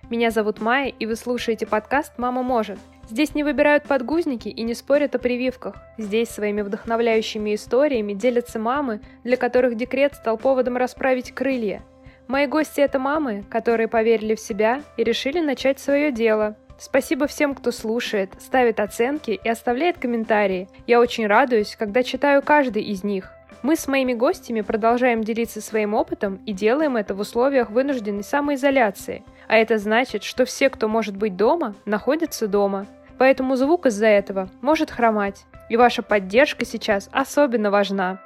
Меня зовут Майя, и вы слушаете подкаст «Мама может». Здесь не выбирают подгузники и не спорят о прививках. Здесь своими вдохновляющими историями делятся мамы, для которых декрет стал поводом расправить крылья. Мои гости — это мамы, которые поверили в себя и решили начать свое дело. Спасибо всем, кто слушает, ставит оценки и оставляет комментарии. Я очень радуюсь, когда читаю каждый из них. Мы с моими гостями продолжаем делиться своим опытом и делаем это в условиях вынужденной самоизоляции. А это значит, что все, кто может быть дома, находятся дома. Поэтому звук из-за этого может хромать. И ваша поддержка сейчас особенно важна.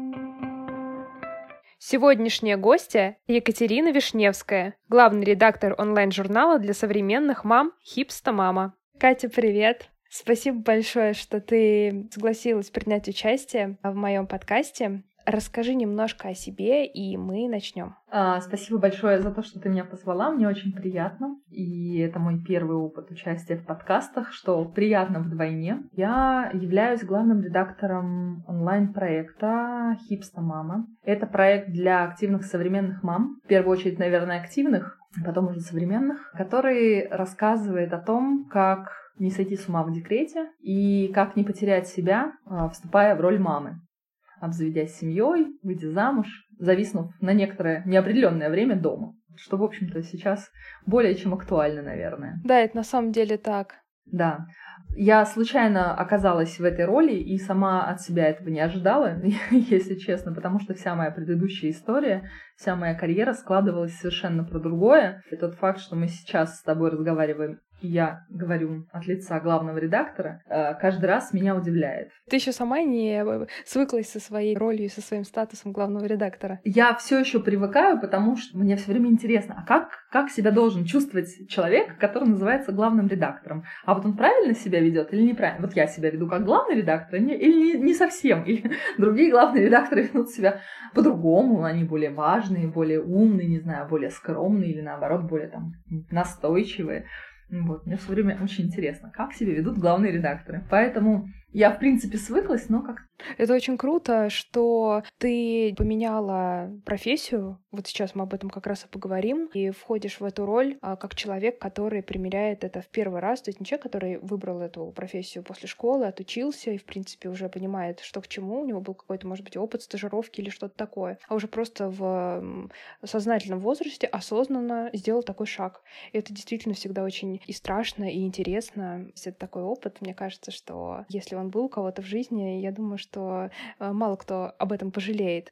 Сегодняшняя гостья — Екатерина Вишневская, главный редактор онлайн-журнала для современных мам «Хипста Мама». Катя, привет! Спасибо большое, что ты согласилась принять участие в моем подкасте. Расскажи немножко о себе, и мы начнем. Спасибо большое за то, что ты меня позвала. Мне очень приятно. И это мой первый опыт участия в подкастах, что приятно вдвойне. Я являюсь главным редактором онлайн-проекта «Хипста Мама». Это проект для активных современных мам. В первую очередь, наверное, активных, потом уже современных, который рассказывает о том, как не сойти с ума в декрете и как не потерять себя, вступая в роль мамы, обзаведясь семьей, выйдя замуж, зависнув на некоторое неопределенное время дома. Что, в общем-то, сейчас более чем актуально, наверное. Да, это на самом деле так. Да. Я случайно оказалась в этой роли и сама от себя этого не ожидала, если честно, потому что вся моя предыдущая история, вся моя карьера складывалась совершенно про другое. И тот факт, что мы сейчас с тобой разговариваем, и я говорю от лица главного редактора, каждый раз меня удивляет. Ты еще сама не свыклась со своей ролью и со своим статусом главного редактора? Я все еще привыкаю, потому что мне все время интересно, а как себя должен чувствовать человек, который называется главным редактором? А вот он правильно себя ведет или неправильно? Вот я себя веду как главный редактор или не совсем? Или другие главные редакторы ведут себя по-другому, они более важные, более умные, не знаю, более скромные или наоборот более там настойчивые. Вот, мне все время очень интересно, как себя ведут главные редакторы. Поэтому я, в принципе, свыклась, но как... Это очень круто, что ты поменяла профессию. Вот сейчас мы об этом как раз и поговорим. И входишь в эту роль как человек, который примеряет это в первый раз. То есть не человек, который выбрал эту профессию после школы, отучился и, в принципе, уже понимает, что к чему. У него был какой-то, может быть, опыт стажировки или что-то такое. А уже просто в сознательном возрасте осознанно сделал такой шаг. И это действительно всегда очень и страшно, и интересно. Если это такой опыт, мне кажется, что если он был у кого-то в жизни, я думаю, что мало кто об этом пожалеет.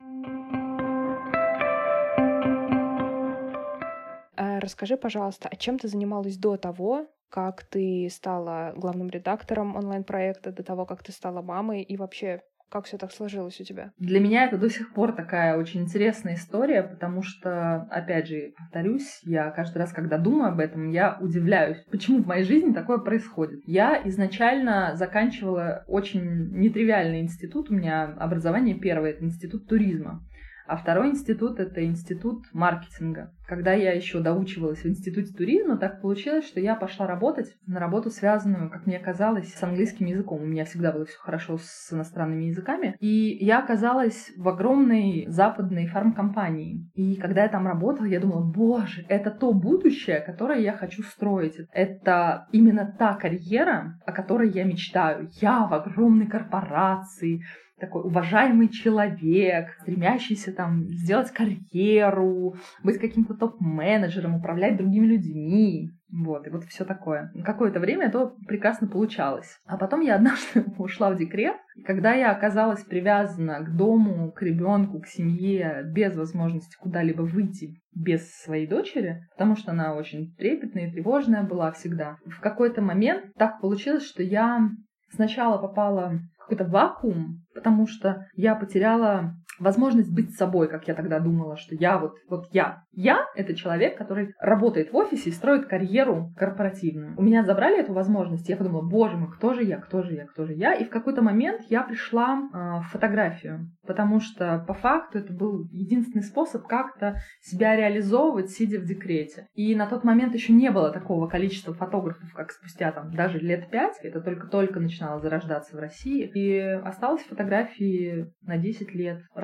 Расскажи, пожалуйста, а чем ты занималась до того, как ты стала главным редактором онлайн-проекта, до того, как ты стала мамой, и вообще, как все так сложилось у тебя? Для меня это до сих пор такая очень интересная история, потому что, опять же, повторюсь, я каждый раз, когда думаю об этом, я удивляюсь, почему в моей жизни такое происходит. Я изначально заканчивала очень нетривиальный институт, у меня образование первое — это институт туризма. А второй институт — это институт маркетинга. Когда я еще доучивалась в институте туризма, так получилось, что я пошла работать на работу, связанную, как мне казалось, с английским языком. У меня всегда было все хорошо с иностранными языками. И я оказалась в огромной западной фармкомпании. И когда я там работала, я думала, боже, это то будущее, которое я хочу строить. Это именно та карьера, о которой я мечтаю. Я в огромной корпорации, такой уважаемый человек, стремящийся там сделать карьеру, быть каким-то топ-менеджером, управлять другими людьми. Вот, и вот все такое. Какое-то время это прекрасно получалось. А потом я однажды ушла в декрет, и когда я оказалась привязана к дому, к ребенку, к семье, без возможности куда-либо выйти без своей дочери, потому что она очень трепетная и тревожная была всегда, в какой-то момент так получилось, что я сначала попала в какой-то вакуум, потому что я потеряла возможность быть собой, как я тогда думала, что я вот я. Я — это человек, который работает в офисе и строит карьеру корпоративную. У меня забрали эту возможность, я подумала, боже мой, кто же я, кто же я, кто же я? И в какой-то момент я пришла в фотографию, потому что по факту это был единственный способ как-то себя реализовывать, сидя в декрете. И на тот момент еще не было такого количества фотографов, как спустя там даже лет 5, это только-только начинало зарождаться в России. И осталось фотографии на 10 лет.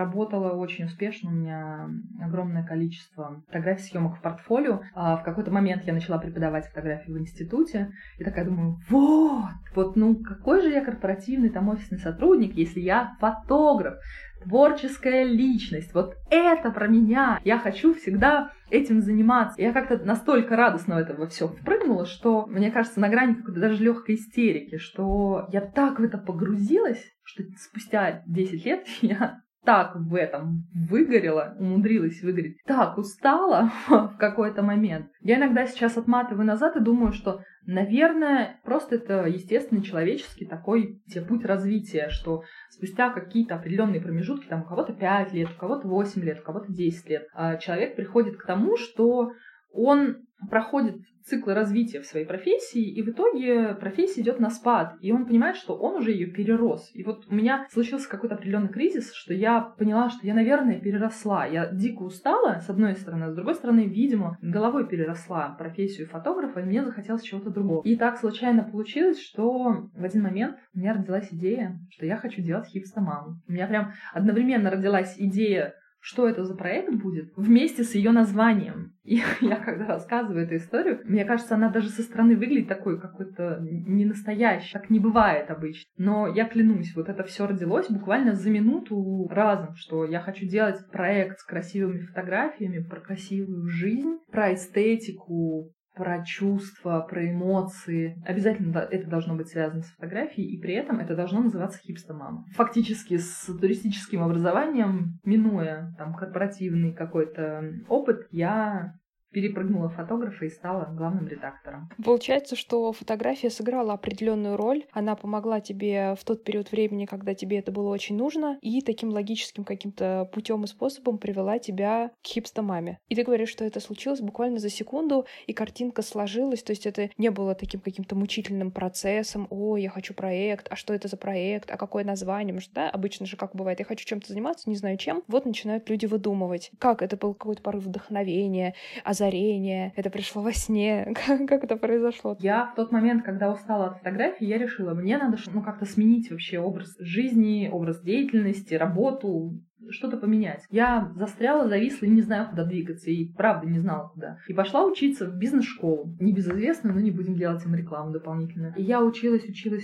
работала очень успешно, у меня огромное количество фотографий, съемок в портфолио. В какой-то момент я начала преподавать фотографию в институте, и такая думаю, какой же я корпоративный там офисный сотрудник, если я фотограф, творческая личность, вот это про меня, я хочу всегда этим заниматься. Я как-то настолько радостно в это во все впрыгнула, что, мне кажется, на грани какой-то даже легкой истерики, что я так в это погрузилась, что спустя 10 лет я так в этом выгорела, умудрилась выгореть, так устала в какой-то момент. Я иногда сейчас отматываю назад и думаю, что, наверное, просто это естественный человеческий такой путь развития, что спустя какие-то определенные промежутки, там у кого-то 5 лет, у кого-то 8 лет, у кого-то 10 лет, человек приходит к тому, что он проходит циклы развития в своей профессии, и в итоге профессия идет на спад, и он понимает, что он уже ее перерос. И вот у меня случился какой-то определенный кризис, что я поняла, что я, наверное, переросла. Я дико устала, с одной стороны, а с другой стороны, видимо, головой переросла профессию фотографа, и мне захотелось чего-то другого. И так случайно получилось, что в один момент у меня родилась идея, что я хочу делать хипстомаму. У меня прям одновременно родилась идея, что это за проект будет, вместе с ее названием. И я, когда рассказываю эту историю, мне кажется, она даже со стороны выглядит такой какой-то ненастоящей. Так не бывает обычно. Но я клянусь, вот это все родилось буквально за минуту разом, что я хочу делать проект с красивыми фотографиями про красивую жизнь, про эстетику, про чувства, про эмоции. Обязательно это должно быть связано с фотографией, и при этом это должно называться хипстомама. Фактически с туристическим образованием, минуя там корпоративный какой-то опыт, я перепрыгнула фотографа и стала главным редактором. Получается, что фотография сыграла определенную роль, она помогла тебе в тот период времени, когда тебе это было очень нужно, и таким логическим каким-то путем и способом привела тебя к хипстомаме. И ты говоришь, что это случилось буквально за секунду, и картинка сложилась, то есть это не было таким каким-то мучительным процессом, я хочу проект, а что это за проект, а какое название, потому что, да, обычно же как бывает, я хочу чем-то заниматься, не знаю чем, вот начинают люди выдумывать. Как это был какой-то порыв вдохновения, озарение, это пришло во сне, как это произошло? Я в тот момент, когда устала от фотографии, я решила, мне надо как-то сменить вообще образ жизни, образ деятельности, работу, что-то поменять. Я застряла, зависла и не знаю, куда двигаться, и правда не знала, куда. И пошла учиться в бизнес-школу. Небезызвестную, но не будем делать им рекламу дополнительную. И я училась.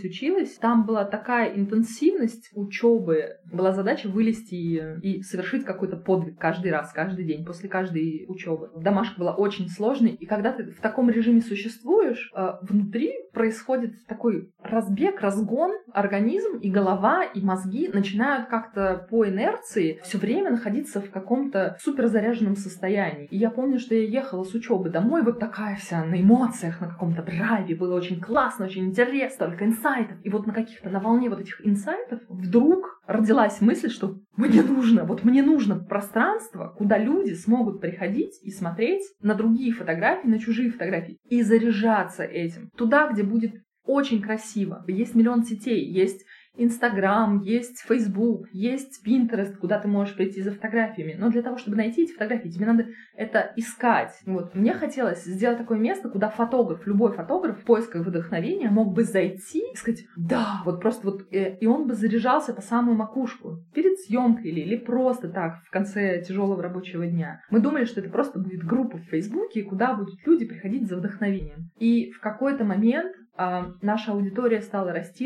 Там была такая интенсивность учебы. Была задача вылезти и совершить какой-то подвиг каждый раз, каждый день, после каждой учебы. Домашка была очень сложной, и когда ты в таком режиме существуешь, внутри происходит такой разбег, разгон, организм и голова, и мозги начинают как-то по инерции все время находиться в каком-то суперзаряженном состоянии. И я помню, что я ехала с учебы домой, вот такая вся на эмоциях, на каком-то драйве, было очень классно, очень интересно, столько инсайтов. И вот на волне вот этих инсайтов вдруг родилась мысль, что мне нужно пространство, куда люди смогут приходить и смотреть на другие фотографии, на чужие фотографии, и заряжаться этим. Туда, где будет очень красиво. Есть миллион сетей, есть Инстаграм, есть Фейсбук, есть Пинтерест, куда ты можешь прийти за фотографиями. Но для того, чтобы найти эти фотографии, тебе надо это искать. Вот. Мне хотелось сделать такое место, куда любой фотограф в поисках вдохновения мог бы зайти и сказать, да, и он бы заряжался по самую макушку перед съемкой или просто так, в конце тяжелого рабочего дня. Мы думали, что это просто будет группа в Фейсбуке, куда будут люди приходить за вдохновением. И в какой-то момент наша аудитория стала расти.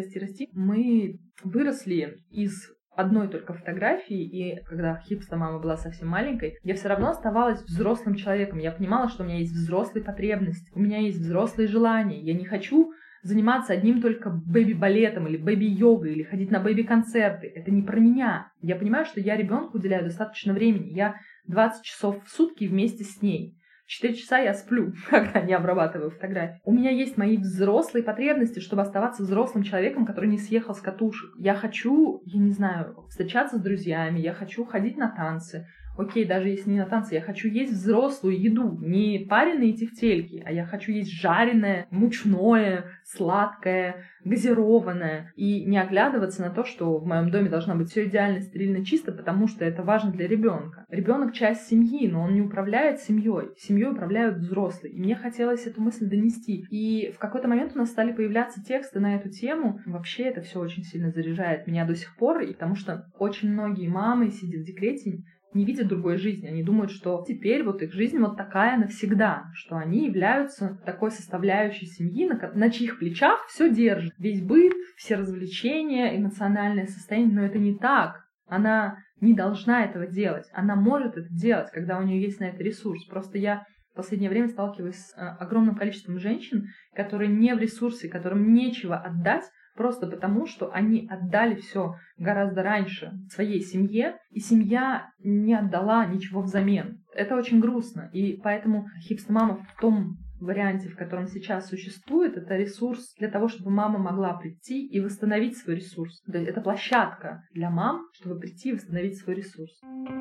Мы выросли из одной только фотографии, и когда хипстомама была совсем маленькой, я все равно оставалась взрослым человеком. Я понимала, что у меня есть взрослые потребности, у меня есть взрослые желания. Я не хочу заниматься одним только бэби-балетом или бэби-йогой, или ходить на бэби-концерты. Это не про меня. Я понимаю, что я ребенку уделяю достаточно времени. Я 20 часов в сутки вместе с ней. 4 часа я сплю, когда не обрабатываю фотографии. У меня есть мои взрослые потребности, чтобы оставаться взрослым человеком, который не съехал с катушек. Я хочу, встречаться с друзьями, я хочу ходить на танцы. окей, даже если не на танцы, я хочу есть взрослую еду, не пареные тефтельки, а я хочу есть жареное, мучное, сладкое, газированное, и не оглядываться на то, что в моем доме должна быть все идеально, стерильно, чисто, потому что это важно для ребенка. Ребенок часть семьи, но он не управляет семьей. Семьей управляют взрослые. И мне хотелось эту мысль донести. И в какой-то момент у нас стали появляться тексты на эту тему. Вообще это все очень сильно заряжает меня до сих пор, и потому что очень многие мамы, сидя в декрете, не видят другой жизни. Они думают, что теперь вот их жизнь вот такая навсегда, что они являются такой составляющей семьи, на чьих плечах все держит. Весь быт, все развлечения, эмоциональное состояние. Но это не так. Она не должна этого делать. Она может это делать, когда у нее есть на это ресурс. Просто я в последнее время сталкиваюсь с огромным количеством женщин, которые не в ресурсе, которым нечего отдать, просто потому, что они отдали все гораздо раньше своей семье, и семья не отдала ничего взамен. Это очень грустно. И поэтому хипстер-мама в том варианте, в котором сейчас существует, это ресурс для того, чтобы мама могла прийти и восстановить свой ресурс. То есть это площадка для мам, чтобы прийти и восстановить свой ресурс.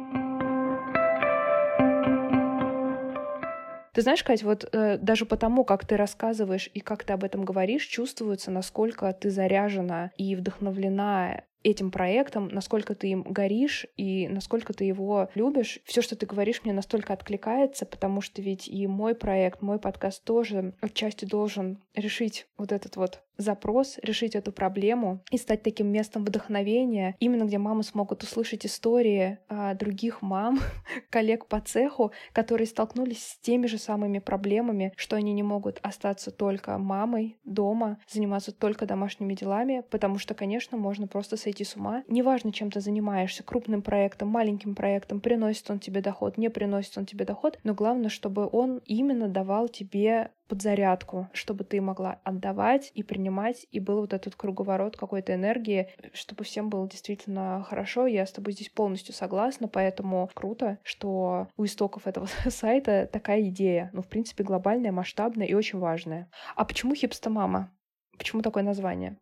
Ты знаешь, Кать, вот даже потому, как ты рассказываешь и как ты об этом говоришь, чувствуется, насколько ты заряжена и вдохновлена этим проектом, насколько ты им горишь и насколько ты его любишь. Все, что ты говоришь, мне настолько откликается, потому что ведь и мой проект, мой подкаст тоже отчасти должен решить вот этот вот запрос, решить эту проблему и стать таким местом вдохновения, именно где мамы смогут услышать истории других мам, коллег по цеху, которые столкнулись с теми же самыми проблемами, что они не могут остаться только мамой дома, заниматься только домашними делами, потому что, конечно, можно просто сойти с ума. Неважно, чем ты занимаешься, крупным проектом, маленьким проектом, приносит он тебе доход, не приносит он тебе доход, но главное, чтобы он именно давал тебе подзарядку, чтобы ты могла отдавать и принимать, и был вот этот круговорот какой-то энергии, чтобы всем было действительно хорошо. Я с тобой здесь полностью согласна, поэтому круто, что у истоков этого сайта такая идея. Ну, в принципе, глобальная, масштабная и очень важная. А почему хипстер-мама? Почему такое название?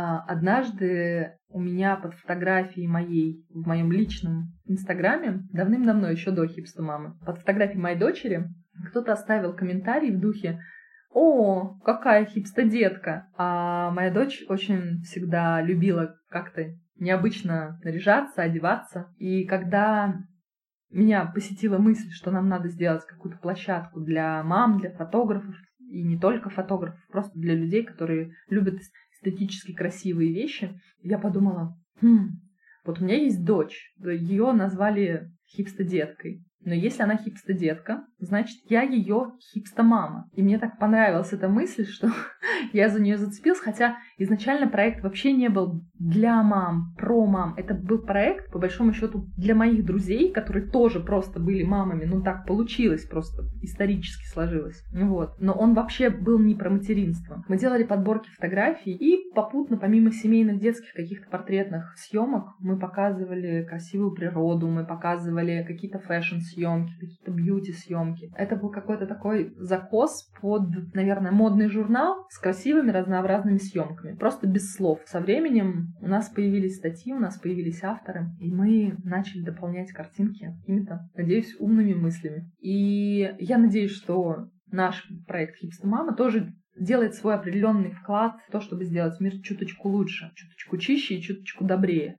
Однажды у меня под фотографией моей в моем личном инстаграме, давным-давно, еще до хипстер-мамы, под фотографией моей дочери кто-то оставил комментарий в духе: «О, какая хипстер-детка!» А моя дочь очень всегда любила как-то необычно наряжаться, одеваться. И когда меня посетила мысль, что нам надо сделать какую-то площадку для мам, для фотографов, и не только фотографов, просто для людей, которые любят эстетически красивые вещи, я подумала, вот у меня есть дочь, ее назвали хипстер-деткой. Но если она хипстер-детка, значит, я ее хипстер-мама. И мне так понравилась эта мысль, что я за нее зацепилась, хотя изначально проект вообще не был для мам, про мам. Это был проект, по большому счету, для моих друзей, которые тоже просто были мамами. Ну, так получилось, просто исторически сложилось. Вот. Но он вообще был не про материнство. Мы делали подборки фотографий, и попутно, помимо семейных детских каких-то портретных съемок, мы показывали красивую природу, мы показывали какие-то фэшн-съемки, какие-то бьюти-съемки. Это был какой-то такой закос под, наверное, модный журнал с красивыми разнообразными съемками. Просто без слов. Со временем у нас появились статьи, у нас появились авторы, и мы начали дополнять картинки какими-то, надеюсь, умными мыслями. И я надеюсь, что наш проект «Хипстер-мама» тоже делает свой определенный вклад в то, чтобы сделать мир чуточку лучше, чуточку чище и чуточку добрее.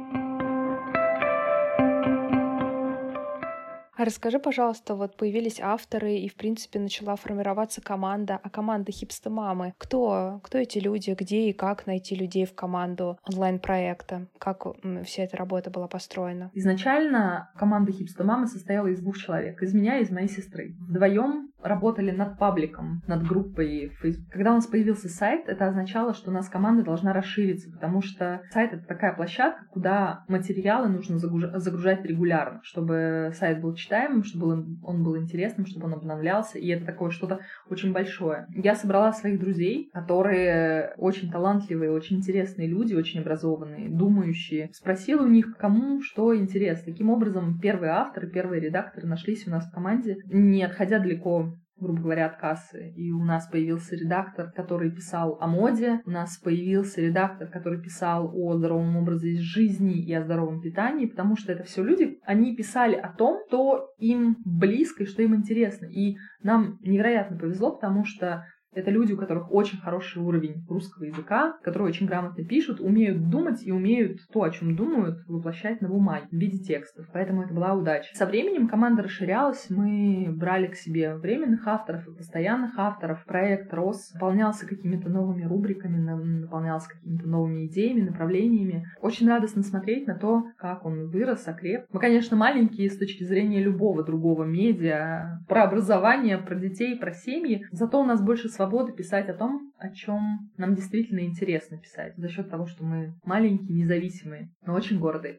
А расскажи, пожалуйста, вот появились авторы, и, в принципе, начала формироваться команда. А команда хипстер-мамы? Кто эти люди? Где и как найти людей в команду онлайн-проекта? Как вся эта работа была построена? Изначально команда хипстер-мамы состояла из 2 человек. Из меня и из моей сестры. Вдвоем работали над пабликом, над группой в Facebook. Когда у нас появился сайт, это означало, что у нас команда должна расшириться, потому что сайт — это такая площадка, куда материалы нужно загружать регулярно, чтобы сайт был читаемым, чтобы он был интересным, чтобы он обновлялся, и это такое что-то очень большое. Я собрала своих друзей, которые очень талантливые, очень интересные люди, очень образованные, думающие. Спросила у них, кому что интересно. Таким образом, первые авторы, первые редакторы нашлись у нас в команде, не отходя далеко грубо говоря, от кассы. И у нас появился редактор, который писал о моде, у нас появился редактор, который писал о здоровом образе жизни и о здоровом питании, потому что это все люди, они писали о том, что им близко и что им интересно. И нам невероятно повезло, потому что это люди, у которых очень хороший уровень русского языка, которые очень грамотно пишут, умеют думать и умеют то, о чем думают, воплощать на бумаге в виде текстов. Поэтому это была удача. Со временем команда расширялась, мы брали к себе временных авторов и постоянных авторов. Проект рос, наполнялся какими-то новыми рубриками, наполнялся какими-то новыми идеями, направлениями. Очень радостно смотреть на то, как он вырос, окреп. Мы, конечно, маленькие с точки зрения любого другого медиа, про образование, про детей, про семьи, зато у нас больше свободы писать о том, о чем нам действительно интересно писать, за счет того, что мы маленькие, независимые, но очень гордые.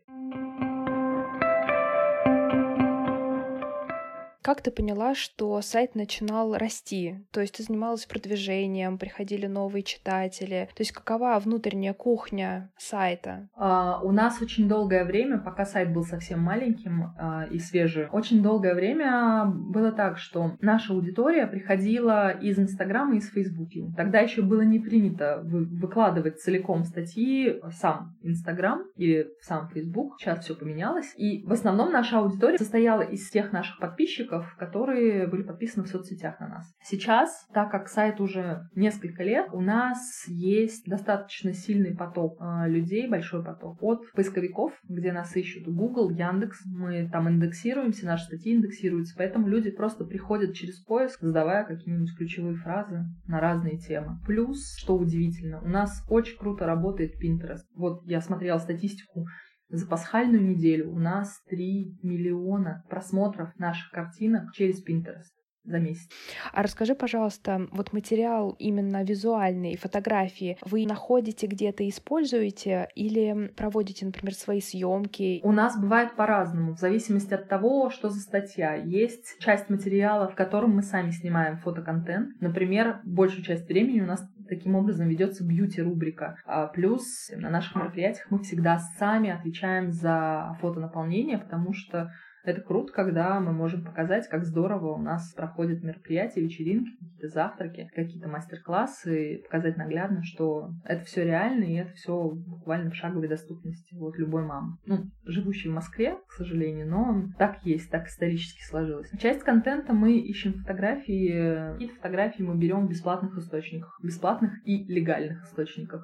Как ты поняла, что сайт начинал расти? То есть ты занималась продвижением, приходили новые читатели. То есть какова внутренняя кухня сайта? У нас очень долгое время, пока сайт был совсем маленьким и свежий, очень долгое время было так, что наша аудитория приходила из Инстаграма и из Фейсбука. Тогда еще было не принято выкладывать целиком статьи в сам Инстаграм или в сам Фейсбук. Сейчас все поменялось. И в основном наша аудитория состояла из тех наших подписчиков, которые были подписаны в соцсетях на нас. Сейчас, так как сайт уже несколько лет, у нас есть достаточно сильный поток людей, большой поток от поисковиков, где нас ищут Google, Яндекс. Мы там индексируемся, наши статьи индексируются, поэтому люди просто приходят через поиск, задавая какие-нибудь ключевые фразы на разные темы. Плюс, что удивительно, у нас очень круто работает Pinterest. Вот я смотрела статистику. За пасхальную неделю у нас 3 миллиона просмотров наших картинок через Pinterest за месяц. А расскажи, пожалуйста, вот материал именно визуальный, фотографии, вы находите где-то, используете или проводите, например, свои съемки? У нас бывает по-разному, в зависимости от того, что за статья. Есть часть материала, в котором мы сами снимаем фотоконтент. Например, большую часть времени у нас таким образом ведется бьюти-рубрика. Плюс на наших мероприятиях мы всегда сами отвечаем за фотонаполнение, потому что это круто, когда мы можем показать, как здорово у нас проходят мероприятия, вечеринки, какие-то завтраки, какие-то мастер-классы, и показать наглядно, что это все реально, и это все буквально в шаговой доступности вот любой мамы. Живущей в Москве, к сожалению, но так есть, так исторически сложилось. Часть контента мы ищем фотографии, какие-то фотографии мы берем в бесплатных источниках, бесплатных и легальных источниках.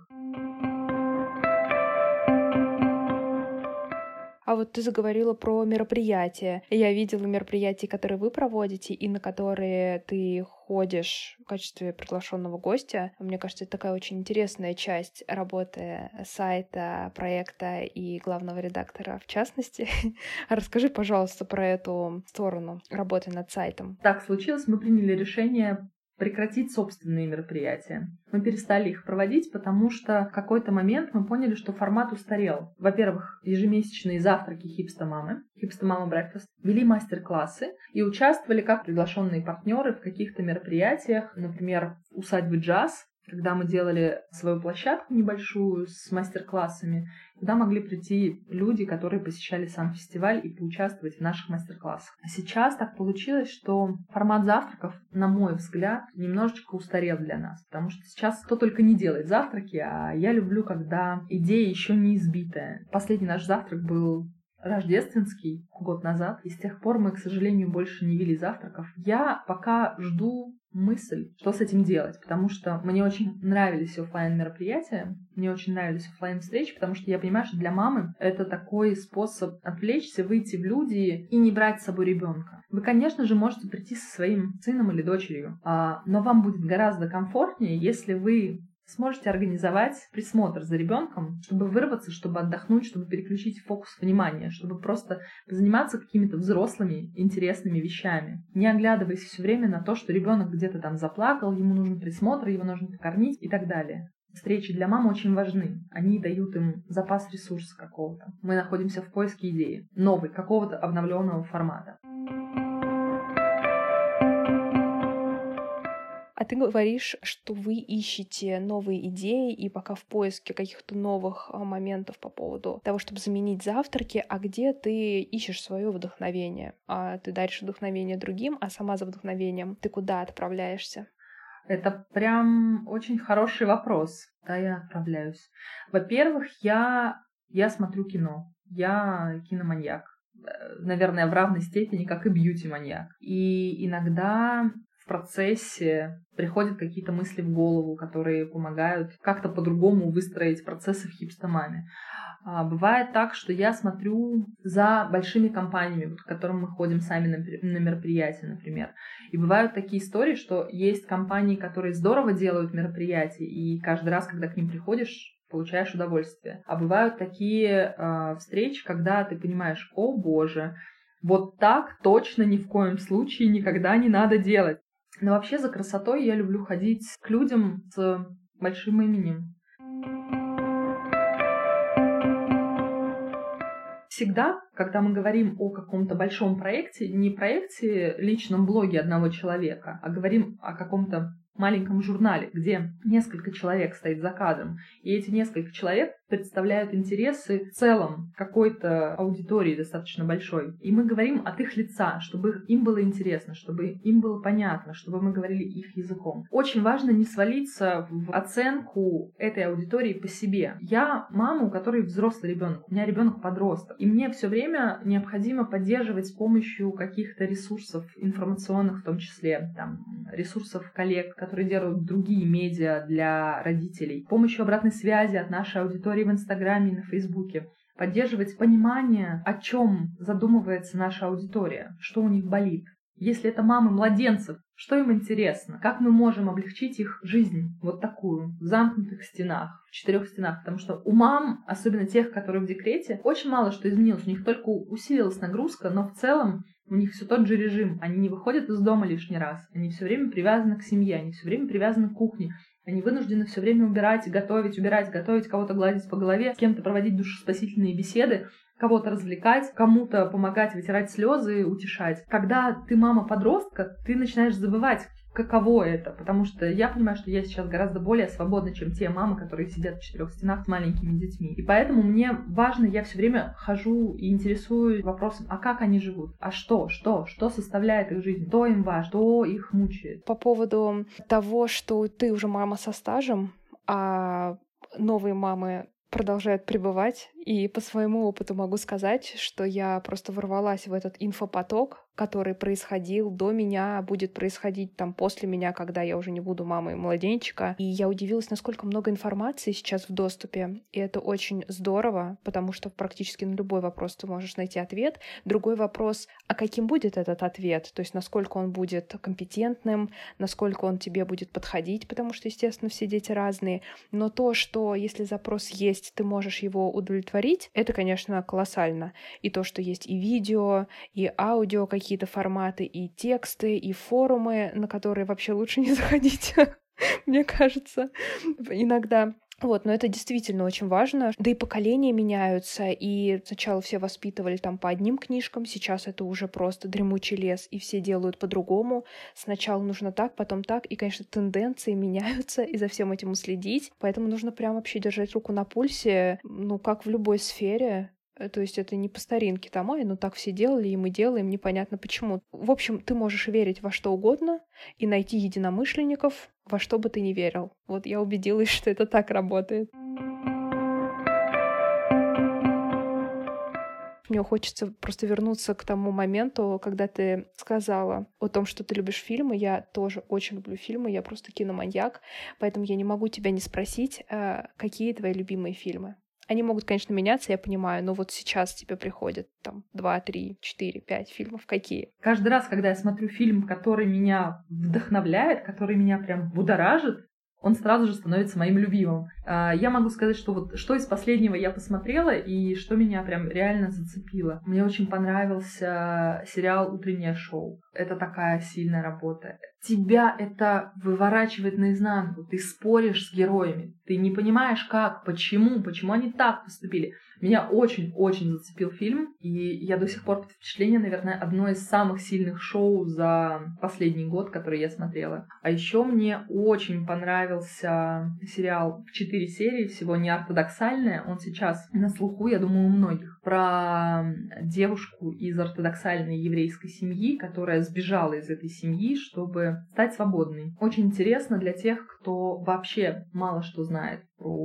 А вот ты заговорила про мероприятия. Я видела мероприятия, которые вы проводите, и на которые ты ходишь в качестве приглашенного гостя. Мне кажется, это такая очень интересная часть работы сайта, проекта и главного редактора в частности. Расскажи, пожалуйста, про эту сторону работы над сайтом. Так случилось, мы приняли решение прекратить собственные мероприятия. Мы перестали их проводить, потому что в какой-то момент мы поняли, что формат устарел. Во-первых, ежемесячные завтраки Hipster Mama Breakfast, вели мастер-классы и участвовали как приглашенные партнеры в каких-то мероприятиях, например, усадьбы джаз, когда мы делали свою площадку небольшую с мастер-классами, куда могли прийти люди, которые посещали сам фестиваль и поучаствовать в наших мастер-классах. А сейчас так получилось, что формат завтраков, на мой взгляд, немножечко устарел для нас, потому что сейчас кто только не делает завтраки, а я люблю, когда идея еще не избитая. Последний наш завтрак был рождественский год назад, и с тех пор мы, к сожалению, больше не вели завтраков. Я пока жду мысль, что с этим делать, потому что мне очень нравились офлайн мероприятия, мне очень нравились офлайн встречи, потому что я понимаю, что для мамы это такой способ отвлечься, выйти в люди и не брать с собой ребенка. Вы, конечно же, можете прийти со своим сыном или дочерью, но вам будет гораздо комфортнее, если вы сможете организовать присмотр за ребенком, чтобы вырваться, чтобы отдохнуть, чтобы переключить фокус внимания, чтобы просто заниматься какими-то взрослыми интересными вещами, не оглядываясь все время на то, что ребенок где-то там заплакал, ему нужен присмотр, его нужно покормить и так далее. Встречи для мам очень важны. Они дают им запас ресурса какого-то. Мы находимся в поиске идеи, новой, какого-то обновленного формата. А ты говоришь, что вы ищете новые идеи и пока в поиске каких-то новых моментов по поводу того, чтобы заменить завтраки, а где ты ищешь свое вдохновение? А ты даришь вдохновение другим, а сама за вдохновением ты куда отправляешься? Это прям очень хороший вопрос. Да, я отправляюсь. Во-первых, я смотрю кино. Я киноманьяк. Наверное, в равной степени, как и бьюти-маньяк. И иногда в процессе приходят какие-то мысли в голову, которые помогают как-то по-другому выстроить процессы в хипстомаме. Бывает так, что я смотрю за большими компаниями, к которым мы ходим сами на мероприятия, например. И бывают такие истории, что есть компании, которые здорово делают мероприятия, и каждый раз, когда к ним приходишь, получаешь удовольствие. А бывают такие встречи, когда ты понимаешь, о боже, вот так точно ни в коем случае никогда не надо делать. Но вообще за красотой я люблю ходить к людям с большим именем. Всегда, когда мы говорим о каком-то большом проекте, не проекте личном блоге одного человека, а говорим о каком-то маленьком журнале, где несколько человек стоит за кадром, и эти несколько человек представляют интересы в целом какой-то аудитории достаточно большой. И мы говорим от их лица, чтобы им было интересно, чтобы им было понятно, чтобы мы говорили их языком. Очень важно не свалиться в оценку этой аудитории по себе. Я мама, у которой взрослый ребенок, у меня ребенок подросток, и мне все время необходимо поддерживать с помощью каких-то ресурсов информационных, в том числе там, ресурсов коллег, которые делают другие медиа для родителей, с помощью обратной связи от нашей аудитории в Инстаграме и на Фейсбуке, поддерживать понимание, о чем задумывается наша аудитория, что у них болит. Если это мамы младенцев, что им интересно? Как мы можем облегчить их жизнь вот такую, в замкнутых стенах, в 4 стенах? Потому что у мам, особенно тех, которые в декрете, очень мало что изменилось. У них только усилилась нагрузка, но в целом у них все тот же режим. Они не выходят из дома лишний раз. Они все время привязаны к семье, они все время привязаны к кухне. Они вынуждены все время убирать, готовить, кого-то гладить по голове, с кем-то проводить душеспасительные беседы, кого-то развлекать, кому-то помогать вытирать слезы, утешать. Когда ты мама-подростка, ты начинаешь забывать, каково это, потому что я понимаю, что я сейчас гораздо более свободна, чем те мамы, которые сидят в 4 стенах с маленькими детьми. И поэтому мне важно, я все время хожу и интересуюсь вопросом, а как они живут, а что составляет их жизнь, что им важно, что их мучает. По поводу того, что ты уже мама со стажем, а новые мамы продолжают пребывать, и по своему опыту могу сказать, что я просто ворвалась в этот инфопоток, который происходил до меня, будет происходить там после меня, когда я уже не буду мамой младенчика. И я удивилась, насколько много информации сейчас в доступе. И это очень здорово, потому что практически на любой вопрос ты можешь найти ответ. Другой вопрос, а каким будет этот ответ? То есть насколько он будет компетентным, насколько он тебе будет подходить, потому что, естественно, все дети разные. Но то, что если запрос есть, ты можешь его удовлетворить, это, конечно, колоссально. И то, что есть и видео, и аудио, какие-то форматы, и тексты, и форумы, на которые вообще лучше не заходить, мне кажется, иногда. Вот, но это действительно очень важно. Да и поколения меняются, и сначала все воспитывали там по одним книжкам, сейчас это уже просто дремучий лес, и все делают по-другому. Сначала нужно так, потом так, и, конечно, тенденции меняются, и за всем этим следить, поэтому нужно прям вообще держать руку на пульсе, ну, как в любой сфере. То есть это не по старинке там, ну так все делали, и мы делаем, непонятно почему. В общем, ты можешь верить во что угодно и найти единомышленников, во что бы ты ни верил. Вот я убедилась, что это так работает. Мне хочется просто вернуться к тому моменту, когда ты сказала о том, что ты любишь фильмы. Я тоже очень люблю фильмы, я просто киноманьяк, поэтому я не могу тебя не спросить, какие твои любимые фильмы. Они могут, конечно, меняться, я понимаю, но вот сейчас тебе приходят там 2, 3, 4, 5 фильмов. Какие? Каждый раз, когда я смотрю фильм, который меня вдохновляет, который меня прям будоражит, он сразу же становится моим любимым. Я могу сказать, что вот что из последнего я посмотрела и что меня прям реально зацепило. Мне очень понравился сериал «Утреннее шоу». Это такая сильная работа. Тебя это выворачивает наизнанку. Ты споришь с героями. Ты не понимаешь, как, почему они так поступили. Меня очень-очень зацепил фильм, и я до сих пор под впечатлением, наверное, одно из самых сильных шоу за последний год, который я смотрела. А еще мне очень понравился сериал в 4 серии, всего неортодоксальная. Он сейчас на слуху, я думаю, у многих. Про девушку из ортодоксальной еврейской семьи, которая сбежала из этой семьи, чтобы стать свободной. Очень интересно для тех, кто вообще мало что знает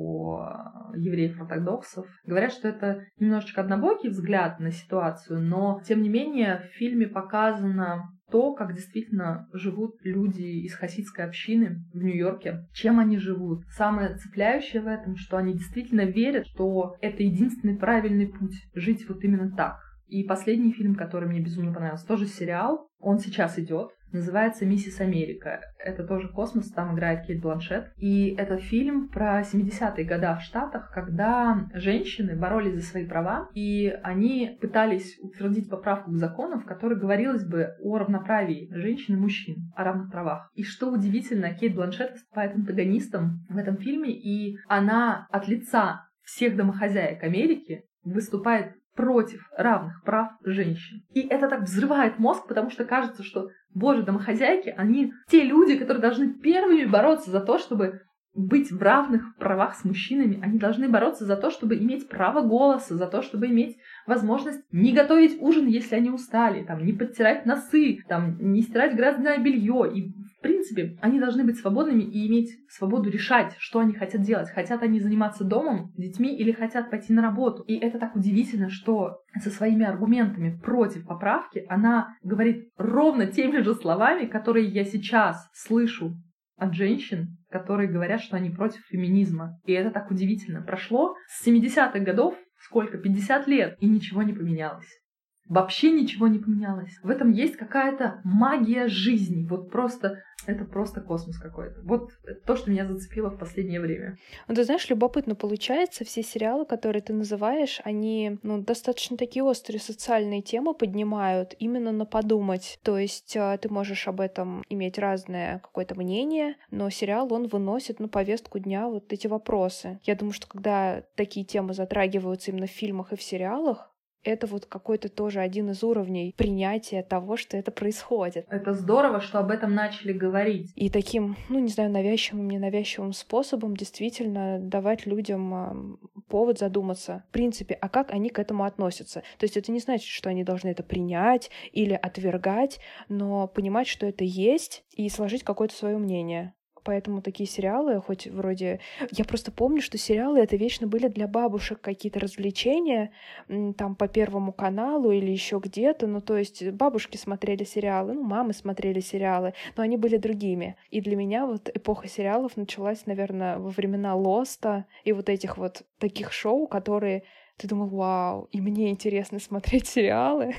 про евреев-ортодоксов. Говорят, что это немножечко однобокий взгляд на ситуацию, но, тем не менее, в фильме показано то, как действительно живут люди из хасидской общины в Нью-Йорке, чем они живут. Самое цепляющее в этом, что они действительно верят, что это единственный правильный путь — жить вот именно так. И последний фильм, который мне безумно понравился, тоже сериал, он сейчас идет, называется «Миссис Америка». Это тоже космос, там играет Кейт Бланшетт. И это фильм про 70-е годы в Штатах, когда женщины боролись за свои права, и они пытались утвердить поправку к закону, в которой говорилось бы о равноправии женщин и мужчин, о равных правах. И что удивительно, Кейт Бланшетт выступает антагонистом в этом фильме, и она от лица всех домохозяек Америки выступает против равных прав женщин. И это так взрывает мозг, потому что кажется, что, боже, домохозяйки, они те люди, которые должны первыми бороться за то, чтобы быть в равных правах с мужчинами. Они должны бороться за то, чтобы иметь право голоса, за то, чтобы иметь возможность не готовить ужин, если они устали, там, не подтирать носы, там, не стирать грязное белье. И, в принципе, они должны быть свободными и иметь свободу решать, что они хотят делать. Хотят они заниматься домом, детьми или хотят пойти на работу. И это так удивительно, что со своими аргументами против поправки она говорит ровно теми же словами, которые я сейчас слышу от женщин, которые говорят, что они против феминизма. И это так удивительно. Прошло с 70-х годов, сколько? 50 лет, и ничего не поменялось. Вообще ничего не поменялось. В этом есть какая-то магия жизни. Вот просто, это просто космос какой-то. Вот то, что меня зацепило в последнее время. Ну, ты знаешь, любопытно получается, все сериалы, которые ты называешь, они, достаточно такие острые социальные темы поднимают, именно на подумать. То есть ты можешь об этом иметь разное какое-то мнение, но сериал, он выносит на повестку дня вот эти вопросы. Я думаю, что когда такие темы затрагиваются именно в фильмах и в сериалах, это вот какой-то тоже один из уровней принятия того, что это происходит. Это здорово, что об этом начали говорить. И таким, навязчивым, ненавязчивым способом действительно давать людям повод задуматься, в принципе, а как они к этому относятся. То есть это не значит, что они должны это принять или отвергать, но понимать, что это есть, и сложить какое-то свое мнение. Поэтому такие сериалы, хоть вроде... Я просто помню, что сериалы это вечно были для бабушек какие-то развлечения, там по Первому каналу или еще где-то. То есть бабушки смотрели сериалы, мамы смотрели сериалы, но они были другими. И для меня вот эпоха сериалов началась, наверное, во времена Лоста и вот этих вот таких шоу, которые... Ты думал, вау, и мне интересно смотреть сериалы.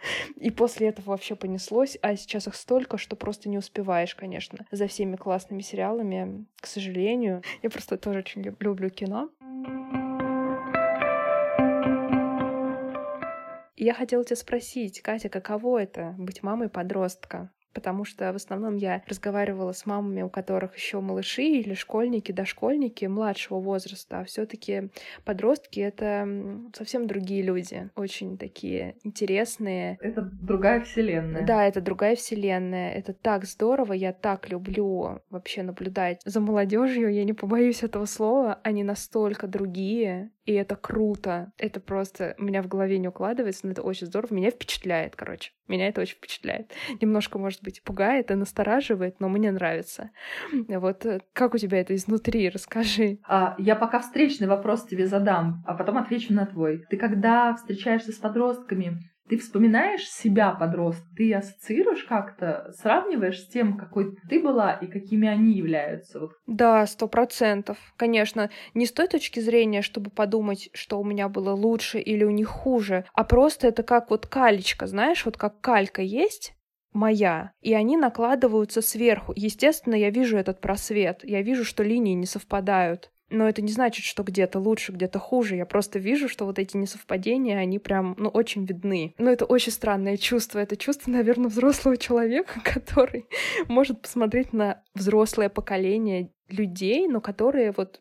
И после этого вообще понеслось. А сейчас их столько, что просто не успеваешь, конечно, за всеми классными сериалами, к сожалению. Я просто тоже очень люблю кино. И я хотела тебя спросить, Катя, каково это быть мамой подростка? Потому что в основном я разговаривала с мамами, у которых еще малыши или школьники, дошкольники младшего возраста, а все-таки подростки — это совсем другие люди, очень такие интересные. Это другая вселенная. Да, это другая вселенная. Это так здорово, я так люблю вообще наблюдать за молодежью, я не побоюсь этого слова, они настолько другие. И это круто. Это просто у меня в голове не укладывается, но это очень здорово. Меня впечатляет, короче. Меня это очень впечатляет. Немножко, может быть, пугает и настораживает, но мне нравится. Вот как у тебя это изнутри? Расскажи. Я пока встречный вопрос тебе задам, а потом отвечу на твой. Ты когда встречаешься с подростками, ты вспоминаешь себя, подростка? Ты ассоциируешь как-то, сравниваешь с тем, какой ты была и какими они являются? Да, 100%. Конечно, не с той точки зрения, чтобы подумать, что у меня было лучше или у них хуже, а просто это как вот калечка, знаешь, вот как калька есть моя, и они накладываются сверху. Естественно, я вижу этот просвет, я вижу, что линии не совпадают. Но это не значит, что где-то лучше, где-то хуже. Я просто вижу, что вот эти несовпадения, они прям, очень видны. Но это очень странное чувство. Это чувство, наверное, взрослого человека, который может посмотреть на взрослое поколение людей, но которые вот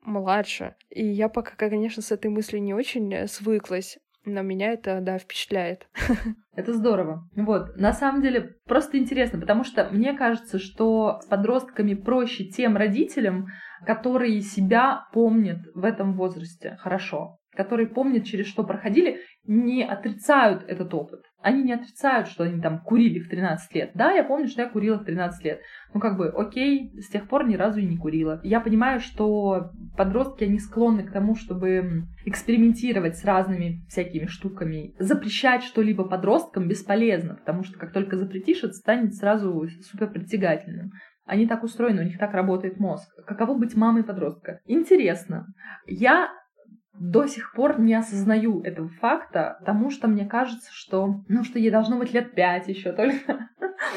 младше. И я пока, конечно, с этой мыслью не очень свыклась, но меня это, да, впечатляет. Это здорово. Вот, на самом деле, просто интересно, потому что мне кажется, что с подростками проще тем родителям, которые себя помнят в этом возрасте хорошо, которые помнят, через что проходили, не отрицают этот опыт. Они не отрицают, что они там курили в 13 лет. Да, я помню, что я курила в 13 лет. Окей, с тех пор ни разу и не курила. Я понимаю, что подростки, они склонны к тому, чтобы экспериментировать с разными всякими штуками. Запрещать что-либо подросткам бесполезно, потому что как только запретишь, это станет сразу супер притягательным. Они так устроены, у них так работает мозг. Каково быть мамой подростка? Интересно. Я до сих пор не осознаю этого факта, потому что мне кажется, что ей должно быть лет 5 еще только.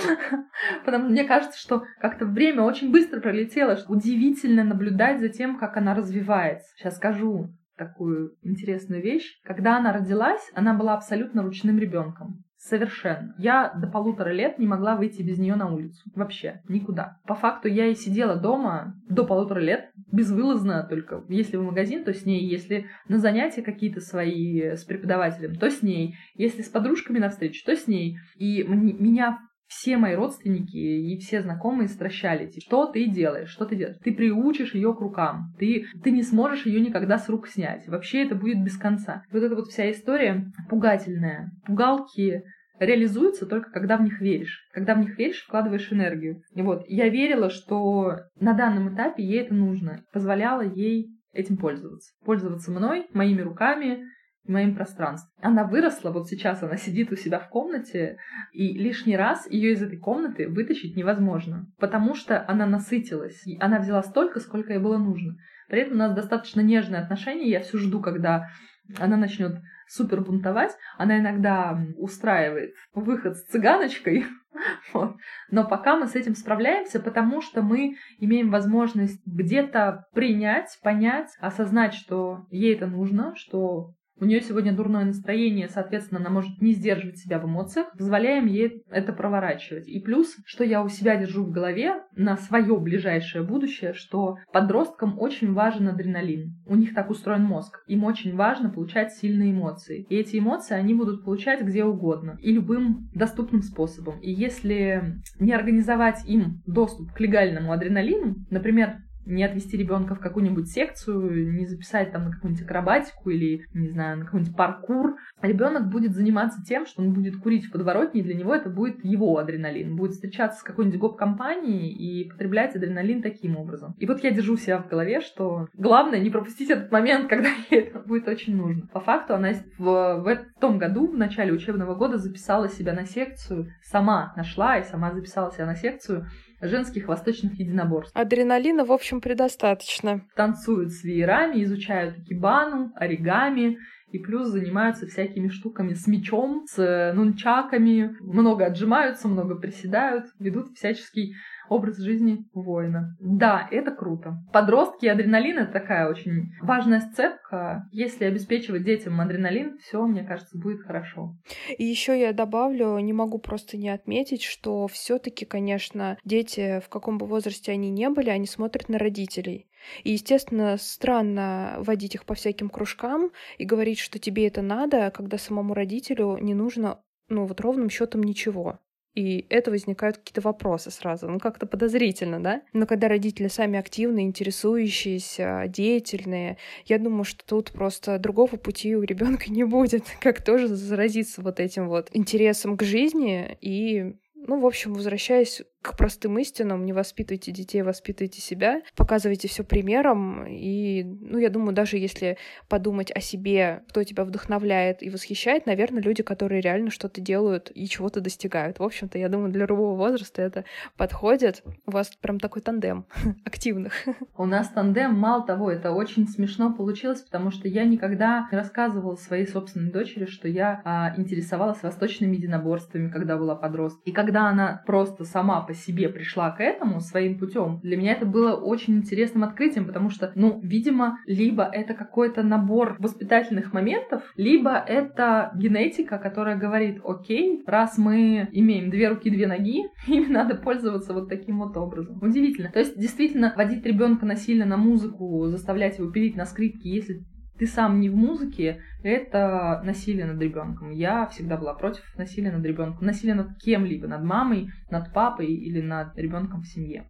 Потому что мне кажется, что как-то время очень быстро пролетело. Удивительно наблюдать за тем, как она развивается. Сейчас скажу такую интересную вещь. Когда она родилась, она была абсолютно ручным ребенком. Совершенно. Я до 1,5 лет не могла выйти без нее на улицу. Вообще. Никуда. По факту я и сидела дома до 1,5 лет, безвылазно только. Если в магазин, то с ней. Если на занятия какие-то свои с преподавателем, то с ней. Если с подружками на встречу, то с ней. И меня все мои родственники и все знакомые стращали. Что ты делаешь? Что ты делаешь? Ты приучишь ее к рукам. Ты не сможешь ее никогда с рук снять. Вообще это будет без конца. Вот эта вот вся история пугательная. Пугалки реализуются только когда в них веришь. Когда в них веришь, вкладываешь энергию. И вот я верила, что на данном этапе ей это нужно. Позволяла ей этим пользоваться. Пользоваться мной, моими руками, моим пространством. Она выросла, вот сейчас она сидит у себя в комнате, и лишний раз ее из этой комнаты вытащить невозможно, потому что она насытилась, и она взяла столько, сколько ей было нужно. При этом у нас достаточно нежные отношения, я все жду, когда она начнет супер бунтовать. Она иногда устраивает выход с цыганочкой, вот. Но пока мы с этим справляемся, потому что мы имеем возможность где-то принять, понять, осознать, что ей это нужно, что у нее сегодня дурное настроение, соответственно, она может не сдерживать себя в эмоциях, позволяем ей это проворачивать. И плюс, что я у себя держу в голове на свое ближайшее будущее, что подросткам очень важен адреналин. У них так устроен мозг. Им очень важно получать сильные эмоции. И эти эмоции они будут получать где угодно и любым доступным способом. И если не организовать им доступ к легальному адреналину, например, не отвести ребенка в какую-нибудь секцию, не записать там на какую-нибудь акробатику или, не знаю, на какой-нибудь паркур. Ребенок будет заниматься тем, что он будет курить в подворотне, и для него это будет его адреналин. Будет встречаться с какой-нибудь гоп-компанией и потреблять адреналин таким образом. И вот я держу себя в голове, что главное не пропустить этот момент, когда ей это будет очень нужно. По факту она в том году, в начале учебного года, записала себя на секцию, сама нашла и сама записала себя на секцию женских восточных единоборств. Адреналина, в общем, предостаточно. Танцуют с веерами, изучают икебану, оригами, и плюс занимаются всякими штуками с мечом, с нунчаками, много отжимаются, много приседают, ведут всяческий образ жизни воина. Да, это круто. Подростки и адреналин — это такая очень важная сцепка. Если обеспечивать детям адреналин, все, мне кажется, будет хорошо. И еще я добавлю, не могу просто не отметить, что все-таки, конечно, дети, в каком бы возрасте они ни были, они смотрят на родителей. И, естественно, странно водить их по всяким кружкам и говорить, что тебе это надо, когда самому родителю не нужно, ровным счетом ничего. И это возникают какие-то вопросы сразу. Как-то подозрительно, да? Но когда родители сами активные, интересующиеся, деятельные, я думаю, что тут просто другого пути у ребенка не будет, как тоже заразиться вот этим вот интересом к жизни и... в общем, возвращаясь к простым истинам, не воспитывайте детей, воспитывайте себя, показывайте все примером. И, я думаю, даже если подумать о себе, кто тебя вдохновляет и восхищает, наверное, люди, которые реально что-то делают и чего-то достигают. В общем-то, я думаю, для любого возраста это подходит. У вас прям такой тандем активных. У нас тандем, мало того, это очень смешно получилось, потому что я никогда не рассказывала своей собственной дочери, что я интересовалась восточными единоборствами, когда была подростком. И когда она просто сама по себе пришла к этому своим путем, для меня это было очень интересным открытием, потому что, видимо, либо это какой-то набор воспитательных моментов, либо это генетика, которая говорит: окей, раз мы имеем 2 руки, 2 ноги, ими надо пользоваться вот таким вот образом. Удивительно. То есть, действительно, водить ребенка насильно на музыку, заставлять его пилить на скрипке, если ты сам не в музыке, это насилие над ребенком. Я всегда была против насилия над ребенком. Насилие над кем-либо, над мамой, над папой или над ребенком в семье.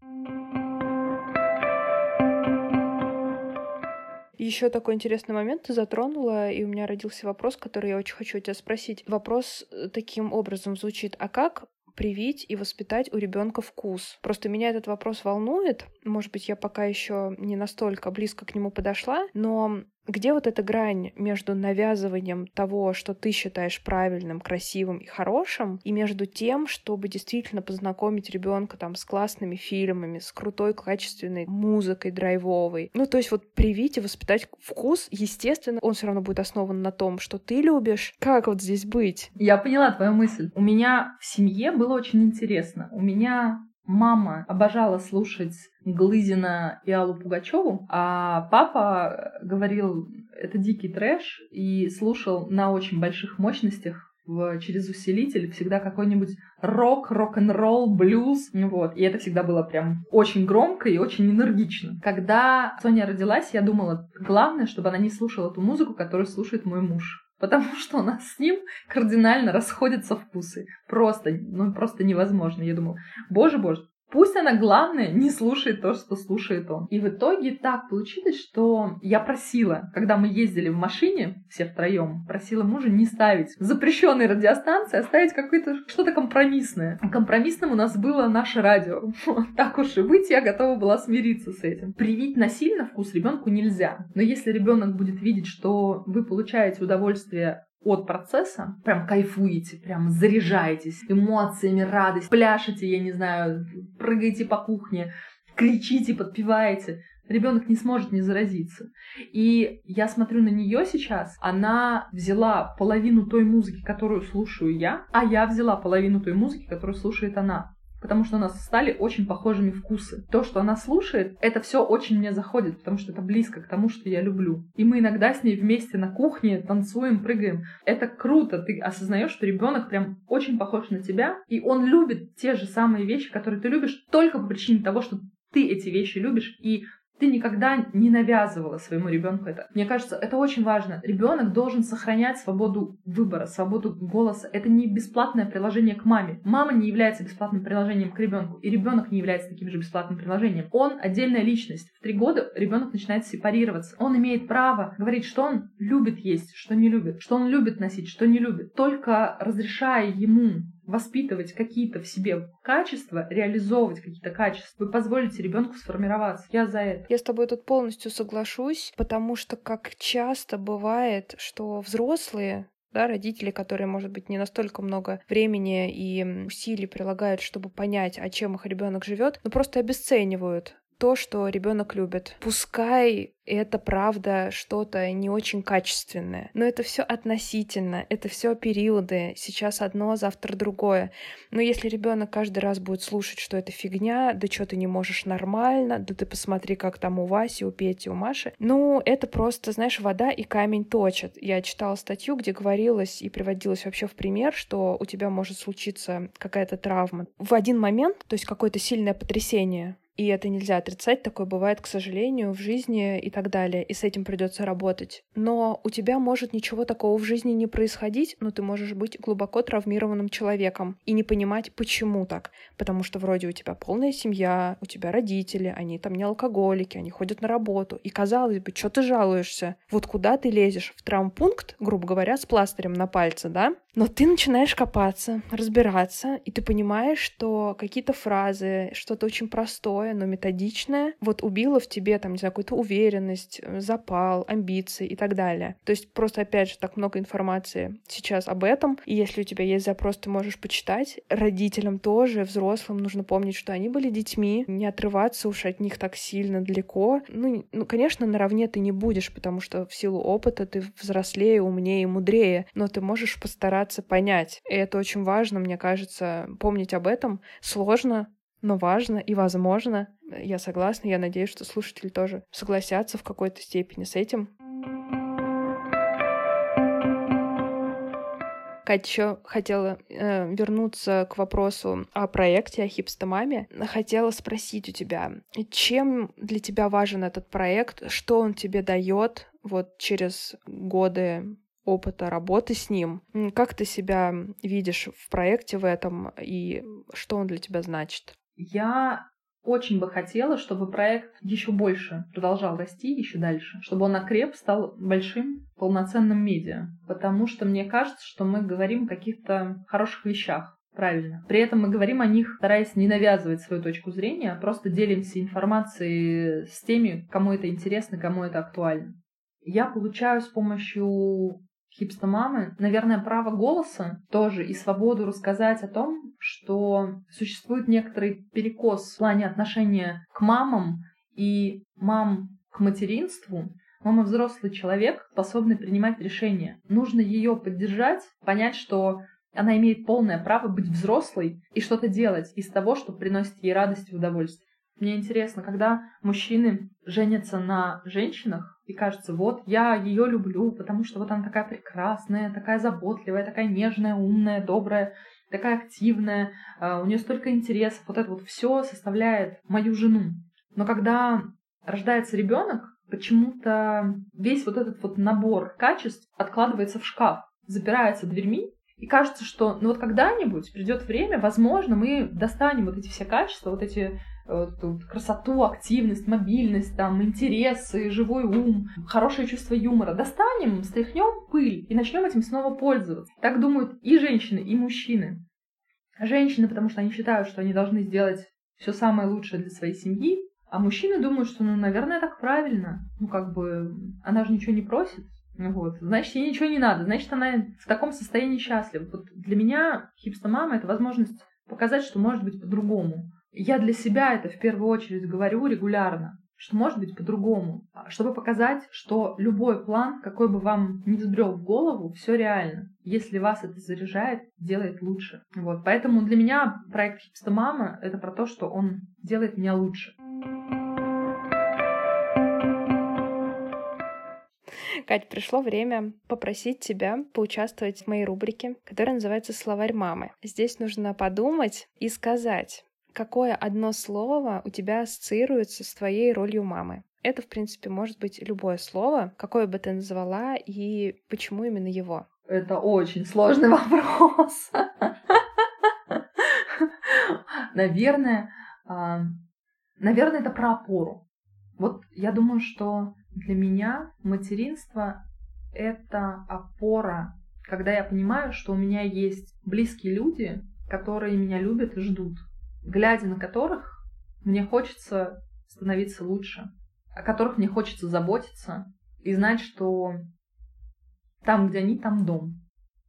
Еще такой интересный момент ты затронула, и у меня родился вопрос, который я очень хочу у тебя спросить. Вопрос таким образом звучит: а как привить и воспитать у ребенка вкус? Просто меня этот вопрос волнует. Может быть, я пока еще не настолько близко к нему подошла, но где вот эта грань между навязыванием того, что ты считаешь правильным, красивым и хорошим, и между тем, чтобы действительно познакомить ребенка с классными фильмами, с крутой, качественной музыкой драйвовой. То есть вот привить и воспитать вкус, естественно, он все равно будет основан на том, что ты любишь. Как вот здесь быть? Я поняла твою мысль. У меня в семье было очень интересно. У меня мама обожала слушать Глызина и Аллу Пугачеву, а папа говорил: это дикий трэш, и слушал на очень больших мощностях через усилитель всегда какой-нибудь рок-н-ролл, блюз. И это всегда было прям очень громко и очень энергично. Когда Соня родилась, я думала, главное, чтобы она не слушала ту музыку, которую слушает мой муж. Потому что у нас с ним кардинально расходятся вкусы. Просто невозможно. Я думала: боже, пусть она, главное, не слушает то, что слушает он. И в итоге так получилось, что я просила, когда мы ездили в машине, все втроем, просила мужа не ставить запрещенные радиостанции, а ставить что-то компромиссное. Компромиссным у нас было наше радио. Так уж и быть, я готова была смириться с этим. Привить насильно вкус ребенку нельзя. Но если ребенок будет видеть, что вы получаете удовольствие от процесса, прям кайфуете, прям заряжаетесь эмоциями, радость, пляшете, я не знаю, прыгаете по кухне, кричите, подпеваете, ребенок не сможет не заразиться. И я смотрю на нее сейчас, она взяла половину той музыки, которую слушаю я, а я взяла половину той музыки, которую слушает она. Потому что у нас стали очень похожими вкусы. То, что она слушает, это все очень мне заходит, потому что это близко к тому, что я люблю. И мы иногда с ней вместе на кухне танцуем, прыгаем. Это круто. Ты осознаешь, что ребенок прям очень похож на тебя, и он любит те же самые вещи, которые ты любишь, только по причине того, что ты эти вещи любишь, и ты никогда не навязывала своему ребенку это. Мне кажется, это очень важно. Ребенок должен сохранять свободу выбора, свободу голоса. Это не бесплатное приложение к маме. Мама не является бесплатным приложением к ребенку, и ребенок не является таким же бесплатным приложением. Он отдельная личность. В 3 года ребенок начинает сепарироваться. Он имеет право говорить, что он любит есть, что не любит, что он любит носить, что не любит. Только разрешая ему воспитывать какие-то в себе качества, реализовывать какие-то качества, вы позволите ребенку сформироваться. Я за это. Я с тобой тут полностью соглашусь, потому что как часто бывает, что взрослые, родители, которые, может быть, не настолько много времени и усилий прилагают, чтобы понять, о чем их ребенок живет, но просто обесценивают то, что ребенок любит. Пускай это правда что-то не очень качественное, но это все относительно, это все периоды. Сейчас одно, завтра другое. Но если ребенок каждый раз будет слушать, что это фигня, да что ты не можешь нормально, да ты посмотри, как там у Васи, у Пети, у Маши, это просто, знаешь, вода и камень точат. Я читала статью, где говорилось и приводилось вообще в пример, что у тебя может случиться какая-то травма в один момент, то есть какое-то сильное потрясение. И это нельзя отрицать, такое бывает, к сожалению, в жизни и так далее, и с этим придется работать. Но у тебя может ничего такого в жизни не происходить, но ты можешь быть глубоко травмированным человеком и не понимать, почему так. Потому что вроде у тебя полная семья, у тебя родители, они там не алкоголики, они ходят на работу. И казалось бы, что ты жалуешься? Вот куда ты лезешь? В травмпункт, грубо говоря, с пластырем на пальце, да? Но ты начинаешь копаться, разбираться, и ты понимаешь, что какие-то фразы, что-то очень простое, но методичное, убило в тебе, какую-то уверенность, запал, амбиции и так далее. То есть просто, опять же, так много информации сейчас об этом, и если у тебя есть запрос, ты можешь почитать. Родителям тоже, взрослым нужно помнить, что они были детьми, не отрываться уж от них так сильно далеко. Конечно, наравне ты не будешь, потому что в силу опыта ты взрослее, умнее и мудрее, но ты можешь постараться понять. И это очень важно, мне кажется, помнить об этом. Сложно, но важно и возможно. Я согласна, я надеюсь, что слушатели тоже согласятся в какой-то степени с этим. Катя, еще хотела вернуться к вопросу о проекте, о хипстомаме. Хотела спросить у тебя, чем для тебя важен этот проект, что он тебе дает вот через годы опыта работы с ним? Как ты себя видишь в проекте в этом и что он для тебя значит? Я очень бы хотела, чтобы проект еще больше продолжал расти, еще дальше, чтобы он окреп, стал большим, полноценным медиа. Потому что мне кажется, что мы говорим о каких-то хороших вещах, правильно. При этом мы говорим о них, стараясь не навязывать свою точку зрения, а просто делимся информацией с теми, кому это интересно, кому это актуально. Я получаю с помощью хипстомамы, наверное, право голоса тоже и свободу рассказать о том, что существует некоторый перекос в плане отношения к мамам и мам к материнству. Мама взрослый человек, способный принимать решения. Нужно ее поддержать, понять, что она имеет полное право быть взрослой и что-то делать из того, что приносит ей радость и удовольствие. Мне интересно, когда мужчины женятся на женщинах, и кажется, вот я ее люблю, потому что вот она такая прекрасная, такая заботливая, такая нежная, умная, добрая, такая активная, у нее столько интересов, вот это вот все составляет мою жену. Но когда рождается ребенок, почему-то весь вот этот вот набор качеств откладывается в шкаф, запирается дверьми, и кажется, что ну вот когда-нибудь придет время, возможно, мы достанем вот эти все качества, вот эти красоту, активность, мобильность, там, интересы, живой ум, хорошее чувство юмора. Достанем, стряхнем пыль и начнем этим снова пользоваться. Так думают и женщины, и мужчины. Женщины, потому что они считают, что они должны сделать все самое лучшее для своей семьи, а мужчины думают, что, ну, наверное, так правильно. Ну, как бы, она же ничего не просит. Вот. Значит, ей ничего не надо. Значит, она в таком состоянии счастлива. Вот для меня хипстомама — это возможность показать, что может быть по-другому. Я для себя это в первую очередь говорю регулярно, что может быть по-другому, чтобы показать, что любой план, какой бы вам ни взбрел в голову, все реально. Если вас это заряжает, делает лучше. Вот. Поэтому для меня проект Хипстомама — это про то, что он делает меня лучше. Кать, пришло время попросить тебя поучаствовать в моей рубрике, которая называется «Словарь мамы». Здесь нужно подумать и сказать, какое одно слово у тебя ассоциируется с твоей ролью мамы. Это, в принципе, может быть любое слово, какое бы ты назвала и почему именно его. Это очень сложный вопрос. Наверное, это про опору. Вот я думаю, что для меня материнство — это опора, когда я понимаю, что у меня есть близкие люди, которые меня любят и ждут, глядя на которых мне хочется становиться лучше, о которых мне хочется заботиться и знать, что там, где они, там дом.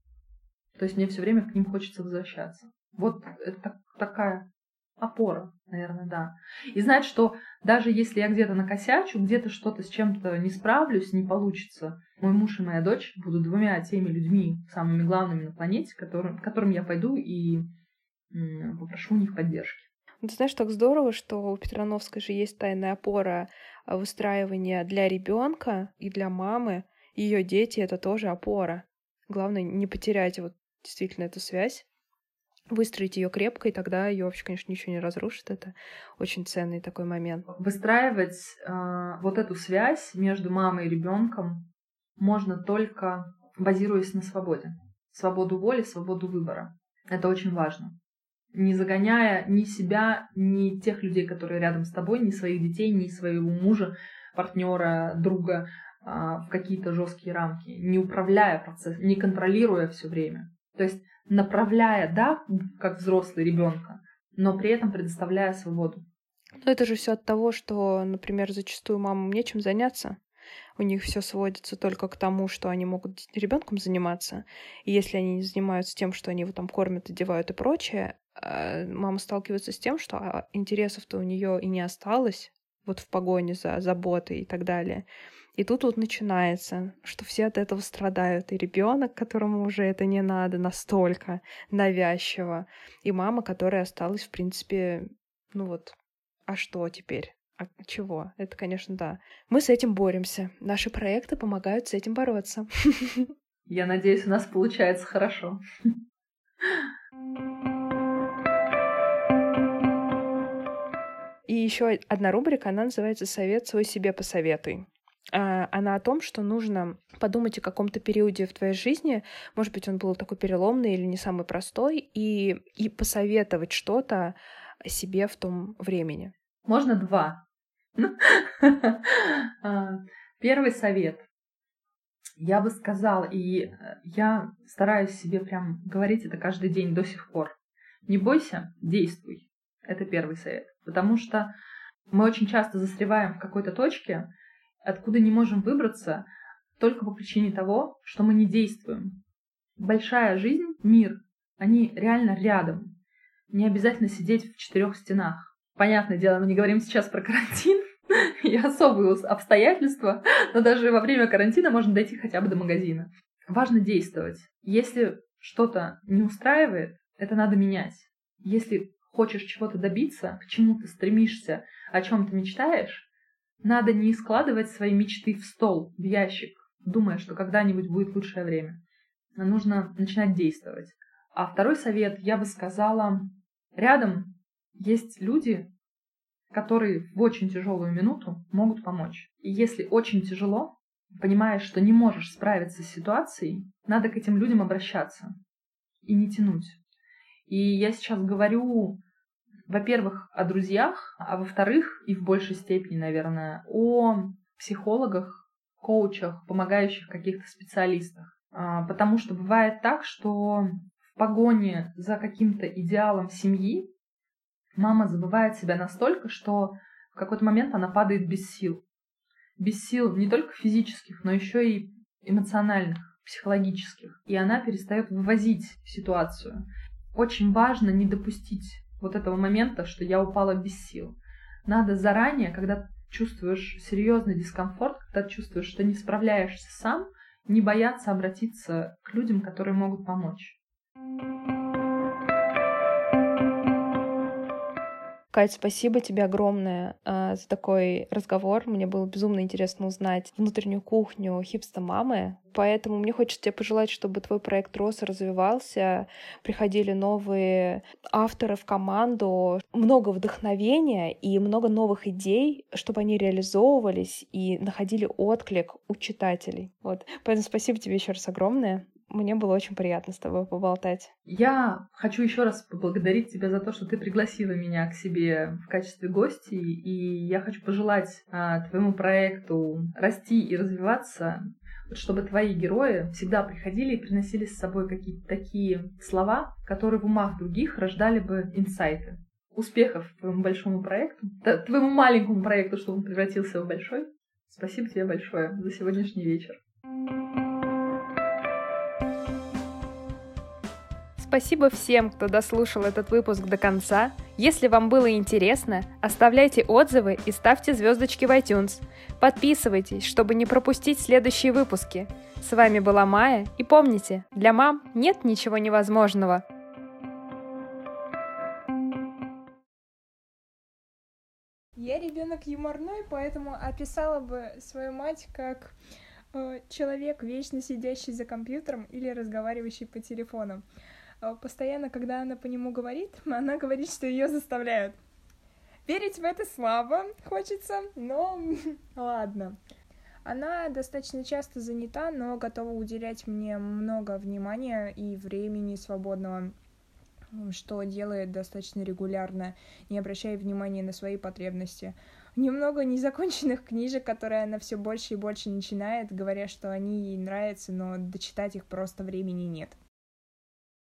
То есть мне все время к ним хочется возвращаться. Вот это такая опора, наверное, да. И знать, что даже если я где-то накосячу, где-то что-то с чем-то не справлюсь, не получится, мой муж и моя дочь будут двумя теми людьми, самыми главными на планете, к которым я пойду и попрошу у них поддержки. Ты знаешь, так здорово, что у Петрановской же есть тайная опора выстраивания для ребенка и для мамы. Ее дети — это тоже опора. Главное не потерять вот действительно эту связь, выстроить ее крепко, и тогда ее вообще, конечно, ничего не разрушит. Это очень ценный такой момент. Выстраивать вот эту связь между мамой и ребенком можно только базируясь на свободе. Свободу воли, свободу выбора. Это очень важно. Не загоняя ни себя, ни тех людей, которые рядом с тобой, ни своих детей, ни своего мужа, партнера, друга в какие-то жесткие рамки, не управляя процессом, не контролируя все время. То есть направляя, да, как взрослый ребенка, но при этом предоставляя свободу. Но это же все от того, что, например, зачастую мамам нечем заняться. У них все сводится только к тому, что они могут ребенком заниматься. И если они не занимаются тем, что они его там кормят, одевают и прочее, мама сталкивается с тем, что интересов-то у нее и не осталось, вот в погоне за заботой и так далее. И тут вот начинается, что все от этого страдают. И ребенок, которому уже это не надо настолько навязчиво, и мама, которая осталась, в принципе, ну вот, а что теперь? А чего? Это, конечно, да. Мы с этим боремся. Наши проекты помогают с этим бороться. Я надеюсь, у нас получается хорошо. И еще одна рубрика, она называется «Совет свой себе посоветуй». Она о том, что нужно подумать о каком-то периоде в твоей жизни, может быть, он был такой переломный или не самый простой, и посоветовать что-то себе в том времени. Можно 2. Первый совет. Я бы сказала, и я стараюсь себе прям говорить это каждый день до сих пор. Не бойся, действуй. Это первый совет. Потому что мы очень часто застреваем в какой-то точке, откуда не можем выбраться только по причине того, что мы не действуем. Большая жизнь, мир, они реально рядом. Не обязательно сидеть в 4 стенах. Понятное дело, мы не говорим сейчас про карантин и особые обстоятельства, но даже во время карантина можно дойти хотя бы до магазина. Важно действовать. Если что-то не устраивает, это надо менять. Если хочешь чего-то добиться, к чему ты стремишься, о чем ты мечтаешь, надо не складывать свои мечты в стол, в ящик, думая, что когда-нибудь будет лучшее время. Нужно начинать действовать. А второй совет, я бы сказала, рядом есть люди, которые в очень тяжелую минуту могут помочь. И если очень тяжело, понимаешь, что не можешь справиться с ситуацией, надо к этим людям обращаться и не тянуть. И я сейчас говорю, во-первых, о друзьях, а во-вторых, и в большей степени, наверное, о психологах, коучах, помогающих каких-то специалистах. Потому что бывает так, что в погоне за каким-то идеалом семьи мама забывает себя настолько, что в какой-то момент она падает без сил. Без сил не только физических, но еще и эмоциональных, психологических. И она перестает вывозить ситуацию. Очень важно не допустить вот этого момента, что я упала без сил. Надо заранее, когда чувствуешь серьезный дискомфорт, когда чувствуешь, что не справляешься сам, не бояться обратиться к людям, которые могут помочь. Кать, спасибо тебе огромное за такой разговор. Мне было безумно интересно узнать внутреннюю кухню хипста-мамы. Поэтому мне хочется тебе пожелать, чтобы твой проект рос и развивался, приходили новые авторы в команду, много вдохновения и много новых идей, чтобы они реализовывались и находили отклик у читателей. Вот. Поэтому спасибо тебе еще раз огромное. Мне было очень приятно с тобой поболтать. Я хочу еще раз поблагодарить тебя за то, что ты пригласила меня к себе в качестве гостьи, и я хочу пожелать твоему проекту расти и развиваться, чтобы твои герои всегда приходили и приносили с собой какие-то такие слова, которые в умах других рождали бы инсайты. Успехов твоему большому проекту, твоему маленькому проекту, чтобы он превратился в большой. Спасибо тебе большое за сегодняшний вечер. Спасибо всем, кто дослушал этот выпуск до конца. Если вам было интересно, оставляйте отзывы и ставьте звездочки в iTunes. Подписывайтесь, чтобы не пропустить следующие выпуски. С вами была Майя, и помните, для мам нет ничего невозможного. Я ребенок юморной, поэтому описала бы свою мать как человек, вечно сидящий за компьютером или разговаривающий по телефону. Постоянно, когда она по нему говорит, она говорит, что ее заставляют. Верить в это слабо хочется, но ладно. Она достаточно часто занята, но готова уделять мне много внимания и времени свободного, что делает достаточно регулярно, не обращая внимания на свои потребности. Немного незаконченных книжек, которые она все больше и больше начинает, говоря, что они ей нравятся, но дочитать их просто времени нет.